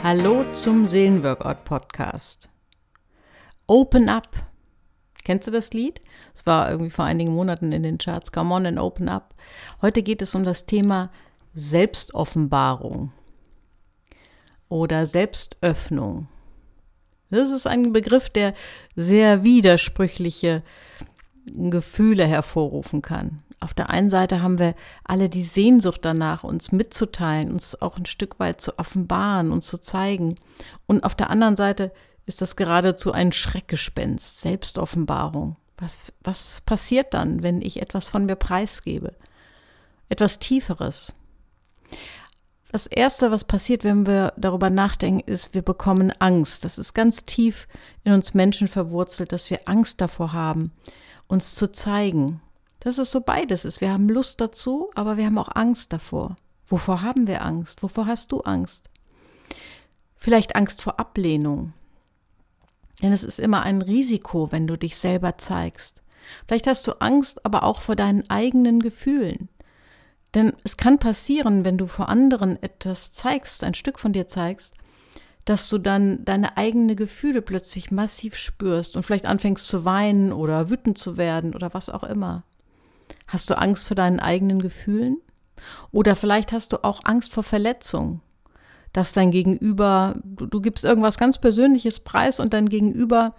Hallo zum Seelenworkout-Podcast. Open Up. Kennst du das Lied? Es war irgendwie vor einigen Monaten in den Charts. Come on and open up. Heute geht es um das Thema Selbstoffenbarung oder Selbstöffnung. Das ist ein Begriff, der sehr widersprüchliche Gefühle hervorrufen kann. Auf der einen Seite haben wir alle die Sehnsucht danach, uns mitzuteilen, uns auch ein Stück weit zu offenbaren und zu zeigen. Und auf der anderen Seite ist das geradezu ein Schreckgespenst, Selbstoffenbarung. Was passiert dann, wenn ich etwas von mir preisgebe? Etwas Tieferes. Das Erste, was passiert, wenn wir darüber nachdenken, ist, wir bekommen Angst. Das ist ganz tief in uns Menschen verwurzelt, dass wir Angst davor haben, uns zu zeigen. Das ist so beides. Wir haben Lust dazu, aber wir haben auch Angst davor. Wovor haben wir Angst? Wovor hast du Angst? Vielleicht Angst vor Ablehnung. Denn es ist immer ein Risiko, wenn du dich selber zeigst. Vielleicht hast du Angst, aber auch vor deinen eigenen Gefühlen. Denn es kann passieren, wenn du vor anderen etwas zeigst, ein Stück von dir zeigst, dass du dann deine eigenen Gefühle plötzlich massiv spürst und vielleicht anfängst zu weinen oder wütend zu werden oder was auch immer. Hast du Angst vor deinen eigenen Gefühlen? Oder vielleicht hast du auch Angst vor Verletzung, dass dein Gegenüber, du gibst irgendwas ganz Persönliches preis und dein Gegenüber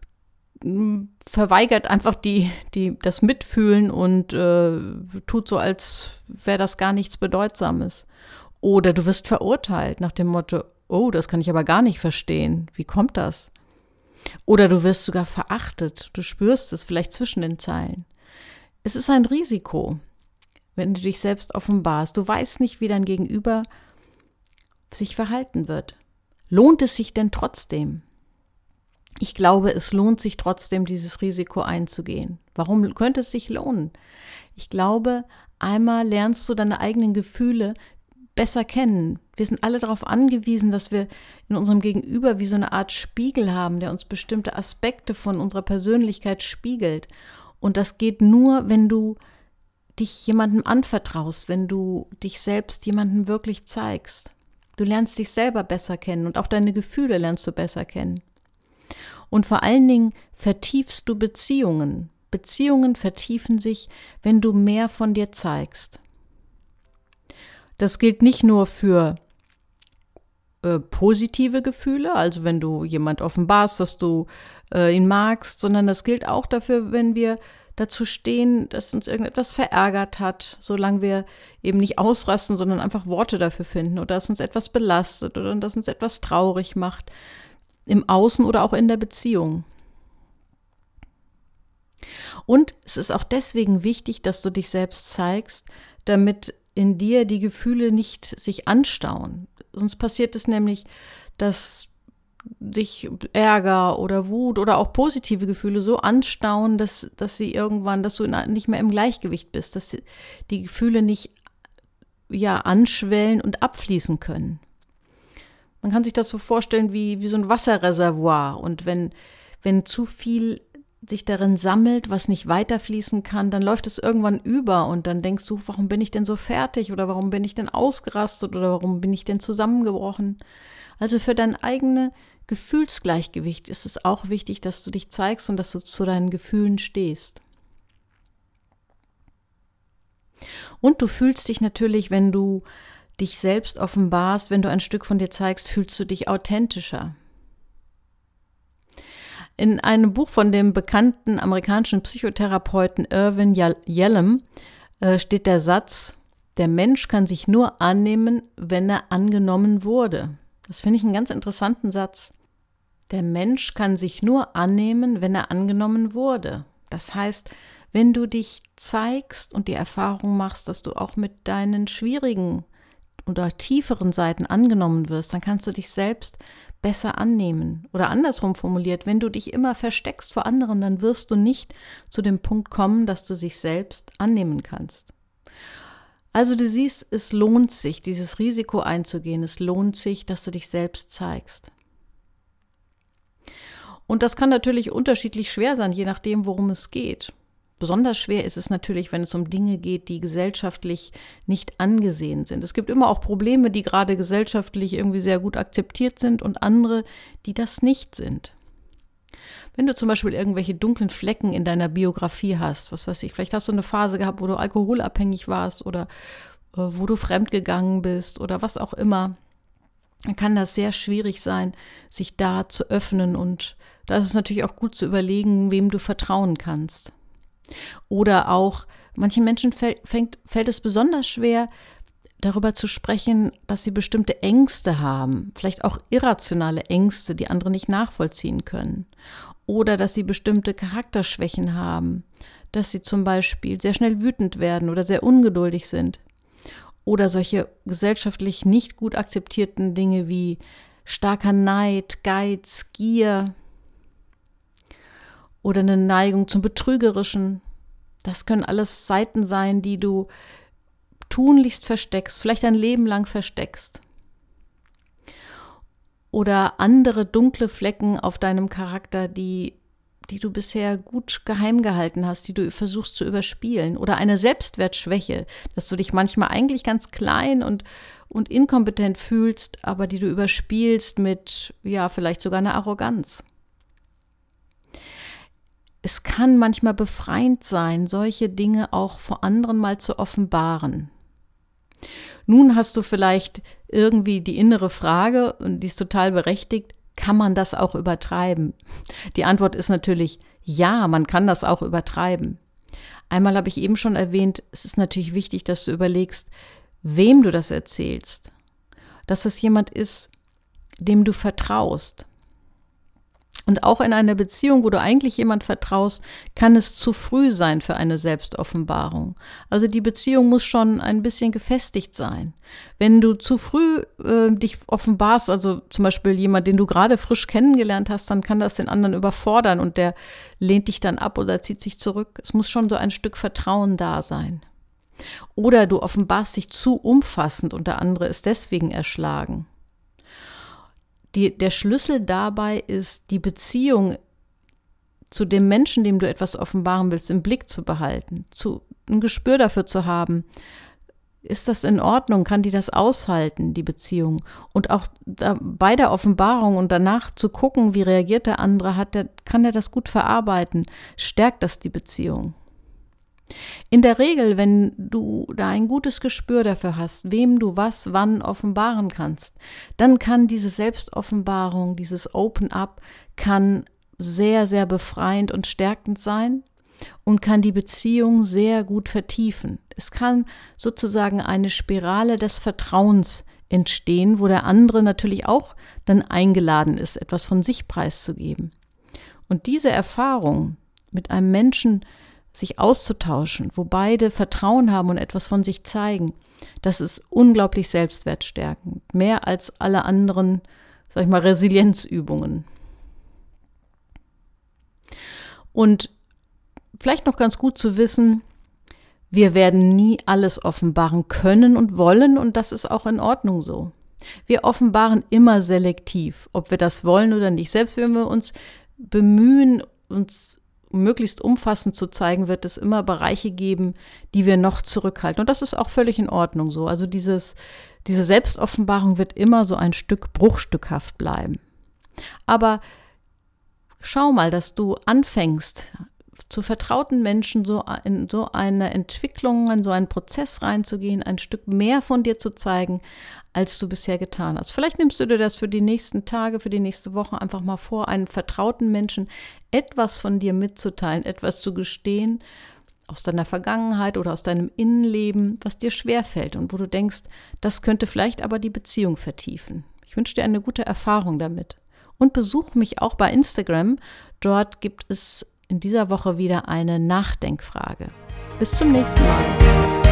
verweigert einfach das Mitfühlen und tut so, als wäre das gar nichts Bedeutsames. Oder du wirst verurteilt nach dem Motto, oh, das kann ich aber gar nicht verstehen. Wie kommt das? Oder du wirst sogar verachtet. Du spürst es vielleicht zwischen den Zeilen. Es ist ein Risiko, wenn du dich selbst offenbarst. Du weißt nicht, wie dein Gegenüber sich verhalten wird. Lohnt es sich denn trotzdem? Ich glaube, es lohnt sich trotzdem, dieses Risiko einzugehen. Warum könnte es sich lohnen? Ich glaube, einmal lernst du deine eigenen Gefühle besser kennen. Wir sind alle darauf angewiesen, dass wir in unserem Gegenüber wie so eine Art Spiegel haben, der uns bestimmte Aspekte von unserer Persönlichkeit spiegelt. Und das geht nur, wenn du dich jemandem anvertraust, wenn du dich selbst jemandem wirklich zeigst. Du lernst dich selber besser kennen und auch deine Gefühle lernst du besser kennen. Und vor allen Dingen vertiefst du Beziehungen. Beziehungen vertiefen sich, wenn du mehr von dir zeigst. Das gilt nicht nur für positive Gefühle, also wenn du jemand offenbarst, dass du ihn magst, sondern das gilt auch dafür, wenn wir dazu stehen, dass uns irgendetwas verärgert hat, solange wir eben nicht ausrasten, sondern einfach Worte dafür finden oder dass uns etwas belastet oder dass uns etwas traurig macht, im Außen oder auch in der Beziehung. Und es ist auch deswegen wichtig, dass du dich selbst zeigst, damit in dir die Gefühle nicht sich anstauen. Sonst passiert es nämlich, dass dich Ärger oder Wut oder auch positive Gefühle so anstauen, dass sie irgendwann, dass du nicht mehr im Gleichgewicht bist, dass die Gefühle nicht anschwellen und abfließen können. Man kann sich das so vorstellen wie so ein Wasserreservoir. Und wenn zu viel sich darin sammelt, was nicht weiterfließen kann, dann läuft es irgendwann über und dann denkst du, warum bin ich denn so fertig oder warum bin ich denn ausgerastet oder warum bin ich denn zusammengebrochen? Also für dein eigenes Gefühlsgleichgewicht ist es auch wichtig, dass du dich zeigst und dass du zu deinen Gefühlen stehst. Und du fühlst dich natürlich, wenn du dich selbst offenbarst, wenn du ein Stück von dir zeigst, fühlst du dich authentischer. In einem Buch von dem bekannten amerikanischen Psychotherapeuten Irvin Yalom steht der Satz, der Mensch kann sich nur annehmen, wenn er angenommen wurde. Das finde ich einen ganz interessanten Satz. Der Mensch kann sich nur annehmen, wenn er angenommen wurde. Das heißt, wenn du dich zeigst und die Erfahrung machst, dass du auch mit deinen schwierigen oder tieferen Seiten angenommen wirst, dann kannst du dich selbst besser annehmen. Oder andersrum formuliert, wenn du dich immer versteckst vor anderen, dann wirst du nicht zu dem Punkt kommen, dass du dich selbst annehmen kannst. Also du siehst, es lohnt sich, dieses Risiko einzugehen. Es lohnt sich, dass du dich selbst zeigst. Und das kann natürlich unterschiedlich schwer sein, je nachdem, worum es geht. Besonders schwer ist es natürlich, wenn es um Dinge geht, die gesellschaftlich nicht angesehen sind. Es gibt immer auch Probleme, die gerade gesellschaftlich irgendwie sehr gut akzeptiert sind und andere, die das nicht sind. Wenn du zum Beispiel irgendwelche dunklen Flecken in deiner Biografie hast, was weiß ich, vielleicht hast du eine Phase gehabt, wo du alkoholabhängig warst oder wo du fremdgegangen bist oder was auch immer, dann kann das sehr schwierig sein, sich da zu öffnen, und da ist es natürlich auch gut zu überlegen, wem du vertrauen kannst. Oder auch, manchen Menschen fällt es besonders schwer, darüber zu sprechen, dass sie bestimmte Ängste haben, vielleicht auch irrationale Ängste, die andere nicht nachvollziehen können. Oder dass sie bestimmte Charakterschwächen haben, dass sie zum Beispiel sehr schnell wütend werden oder sehr ungeduldig sind. Oder solche gesellschaftlich nicht gut akzeptierten Dinge wie starker Neid, Geiz, Gier oder eine Neigung zum Betrügerischen. Das können alles Seiten sein, die du tunlichst versteckst, vielleicht ein Leben lang versteckst. Oder andere dunkle Flecken auf deinem Charakter, die du bisher gut geheim gehalten hast, die du versuchst zu überspielen. Oder eine Selbstwertschwäche, dass du dich manchmal eigentlich ganz klein und inkompetent fühlst, aber die du überspielst mit, ja, vielleicht sogar einer Arroganz. Es kann manchmal befreiend sein, solche Dinge auch vor anderen mal zu offenbaren. Nun hast du vielleicht irgendwie die innere Frage, und die ist total berechtigt: Kann man das auch übertreiben? Die Antwort ist natürlich ja, man kann das auch übertreiben. Einmal habe ich eben schon erwähnt, es ist natürlich wichtig, dass du überlegst, wem du das erzählst. Dass es jemand ist, dem du vertraust. Und auch in einer Beziehung, wo du eigentlich jemand vertraust, kann es zu früh sein für eine Selbstoffenbarung. Also die Beziehung muss schon ein bisschen gefestigt sein. Wenn du zu früh dich offenbarst, also zum Beispiel jemand, den du gerade frisch kennengelernt hast, dann kann das den anderen überfordern und der lehnt dich dann ab oder zieht sich zurück. Es muss schon so ein Stück Vertrauen da sein. Oder du offenbarst dich zu umfassend und der andere ist deswegen erschlagen. Der Schlüssel dabei ist, die Beziehung zu dem Menschen, dem du etwas offenbaren willst, im Blick zu behalten, ein Gespür dafür zu haben. Ist das in Ordnung? Kann die das aushalten, die Beziehung? Und auch bei der Offenbarung und danach zu gucken, wie reagiert der andere, kann er das gut verarbeiten? Stärkt das die Beziehung? In der Regel, wenn du da ein gutes Gespür dafür hast, wem du was wann offenbaren kannst, dann kann diese Selbstoffenbarung, dieses Open-up, kann sehr, sehr befreiend und stärkend sein und kann die Beziehung sehr gut vertiefen. Es kann sozusagen eine Spirale des Vertrauens entstehen, wo der andere natürlich auch dann eingeladen ist, etwas von sich preiszugeben. Und diese Erfahrung mit einem Menschen sich auszutauschen, wo beide Vertrauen haben und etwas von sich zeigen, das ist unglaublich selbstwertstärkend. Mehr als alle anderen, sag ich mal, Resilienzübungen. Und vielleicht noch ganz gut zu wissen, wir werden nie alles offenbaren können und wollen, und das ist auch in Ordnung so. Wir offenbaren immer selektiv, ob wir das wollen oder nicht. Selbst wenn wir uns bemühen, uns möglichst umfassend zu zeigen, wird es immer Bereiche geben, die wir noch zurückhalten. Und das ist auch völlig in Ordnung so. Also diese Selbstoffenbarung wird immer so ein Stück bruchstückhaft bleiben. Aber schau mal, dass du anfängst, zu vertrauten Menschen so in so eine Entwicklung, in so einen Prozess reinzugehen, ein Stück mehr von dir zu zeigen, als du bisher getan hast. Vielleicht nimmst du dir das für die nächsten Tage, für die nächste Woche einfach mal vor, einem vertrauten Menschen etwas von dir mitzuteilen, etwas zu gestehen aus deiner Vergangenheit oder aus deinem Innenleben, was dir schwerfällt und wo du denkst, das könnte vielleicht aber die Beziehung vertiefen. Ich wünsche dir eine gute Erfahrung damit. Und besuch mich auch bei Instagram. Dort gibt es in dieser Woche wieder eine Nachdenkfrage. Bis zum nächsten Mal.